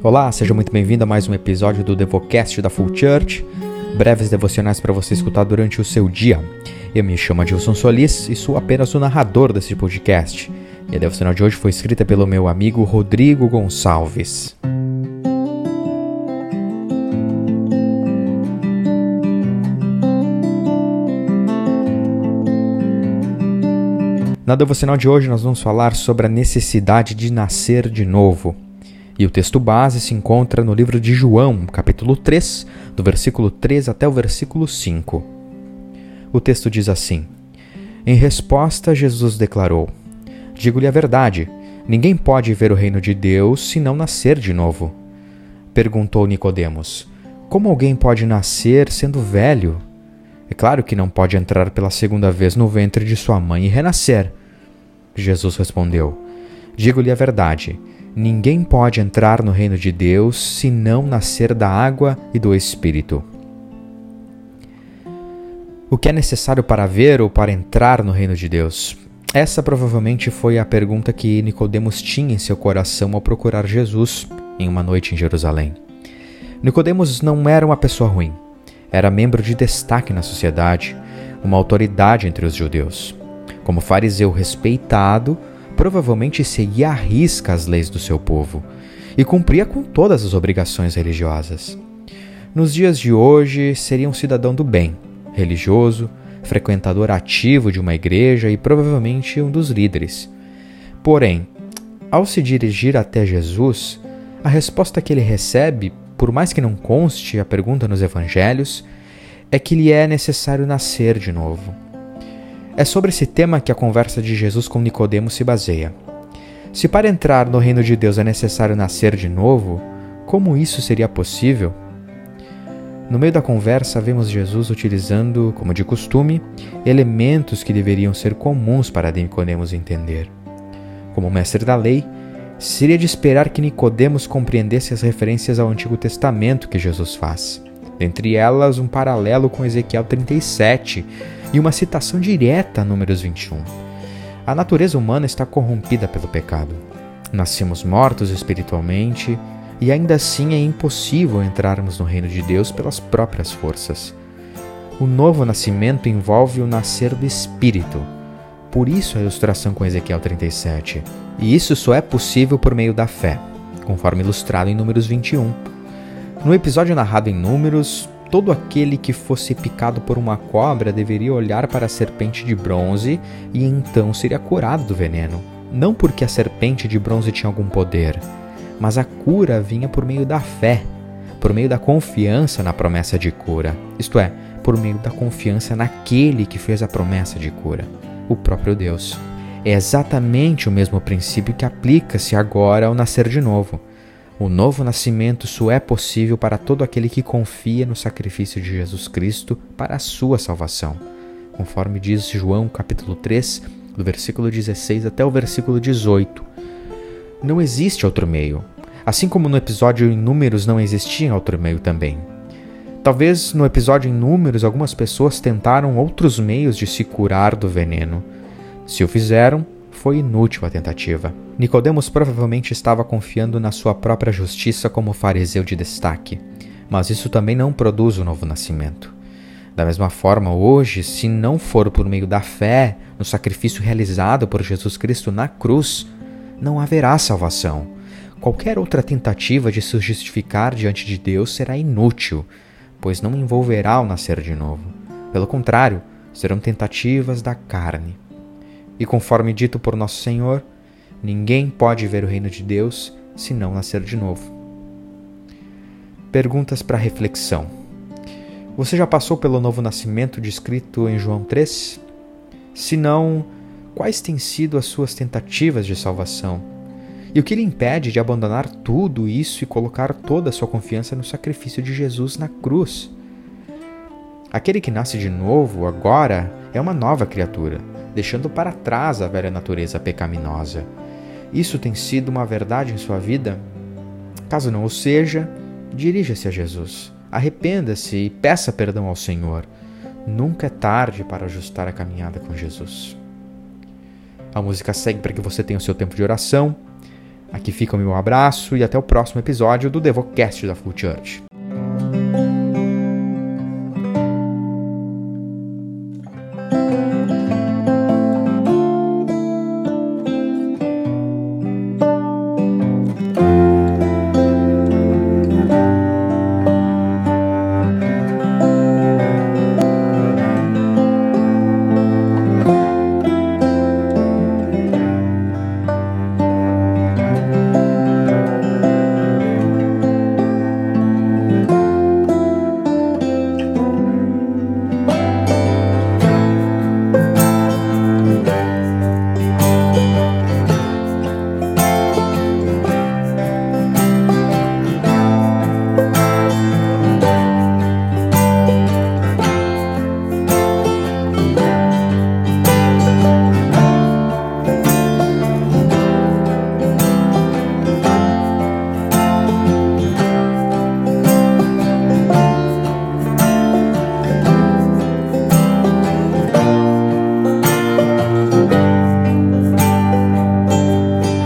Olá, seja muito bem-vindo a mais um episódio do Devocast da Full Church, breves devocionais para você escutar durante o seu dia. Eu me chamo Adilson Solis e sou apenas o narrador desse podcast. E a devocional de hoje foi escrita pelo meu amigo Rodrigo Gonçalves. Na devocional de hoje nós vamos falar sobre a necessidade de nascer de novo. E o texto base se encontra no livro de João, capítulo 3, do versículo 3 até o versículo 5. O texto diz assim: Em resposta, Jesus declarou: Digo-lhe a verdade, ninguém pode ver o reino de Deus se não nascer de novo. Perguntou Nicodemos: Como alguém pode nascer sendo velho? É claro que não pode entrar pela segunda vez no ventre de sua mãe e renascer. Jesus respondeu: Digo-lhe a verdade, ninguém pode entrar no reino de Deus se não nascer da água e do Espírito. O que é necessário para ver ou para entrar no reino de Deus? Essa provavelmente foi a pergunta que Nicodemos tinha em seu coração ao procurar Jesus em uma noite em Jerusalém. Nicodemos não era uma pessoa ruim. Era membro de destaque na sociedade, uma autoridade entre os judeus. Como fariseu respeitado, provavelmente seguia à risca as leis do seu povo e cumpria com todas as obrigações religiosas. Nos dias de hoje, seria um cidadão do bem, religioso, frequentador ativo de uma igreja e provavelmente um dos líderes. Porém, ao se dirigir até Jesus, a resposta que ele recebe, por mais que não conste a pergunta nos evangelhos, é que lhe é necessário nascer de novo. É sobre esse tema que a conversa de Jesus com Nicodemos se baseia. Se para entrar no reino de Deus é necessário nascer de novo, como isso seria possível? No meio da conversa, vemos Jesus utilizando, como de costume, elementos que deveriam ser comuns para Nicodemos entender. Como mestre da lei, seria de esperar que Nicodemos compreendesse as referências ao Antigo Testamento que Jesus faz. Dentre elas, um paralelo com Ezequiel 37 e uma citação direta a Números 21. A natureza humana está corrompida pelo pecado. Nascemos mortos espiritualmente e ainda assim é impossível entrarmos no reino de Deus pelas próprias forças. O novo nascimento envolve o nascer do Espírito. Por isso a ilustração com Ezequiel 37. E isso só é possível por meio da fé, conforme ilustrado em Números 21. No episódio narrado em Números, todo aquele que fosse picado por uma cobra deveria olhar para a serpente de bronze e então seria curado do veneno. Não porque a serpente de bronze tinha algum poder, mas a cura vinha por meio da fé, por meio da confiança na promessa de cura, isto é, por meio da confiança naquele que fez a promessa de cura, o próprio Deus. É exatamente o mesmo princípio que aplica-se agora ao nascer de novo. O novo nascimento só é possível para todo aquele que confia no sacrifício de Jesus Cristo para a sua salvação, conforme diz João capítulo 3, do versículo 16 até o versículo 18. Não existe outro meio, assim como no episódio em Números não existia outro meio também. Talvez no episódio em Números algumas pessoas tentaram outros meios de se curar do veneno. Se o fizeram, foi inútil a tentativa. Nicodemos provavelmente estava confiando na sua própria justiça como fariseu de destaque, mas isso também não produz o novo nascimento. Da mesma forma, hoje, se não for por meio da fé no sacrifício realizado por Jesus Cristo na cruz, não haverá salvação. Qualquer outra tentativa de se justificar diante de Deus será inútil, pois não envolverá o nascer de novo. Pelo contrário, serão tentativas da carne. E conforme dito por nosso Senhor, ninguém pode ver o reino de Deus se não nascer de novo. Perguntas para reflexão. Você já passou pelo novo nascimento descrito em João 3? Se não, quais têm sido as suas tentativas de salvação? E o que lhe impede de abandonar tudo isso e colocar toda a sua confiança no sacrifício de Jesus na cruz? Aquele que nasce de novo agora é uma nova criatura, deixando para trás a velha natureza pecaminosa. Isso tem sido uma verdade em sua vida? Caso não o seja, dirija-se a Jesus, arrependa-se e peça perdão ao Senhor. Nunca é tarde para ajustar a caminhada com Jesus. A música segue para que você tenha o seu tempo de oração. Aqui fica o meu abraço e até o próximo episódio do Devocast da Full Church.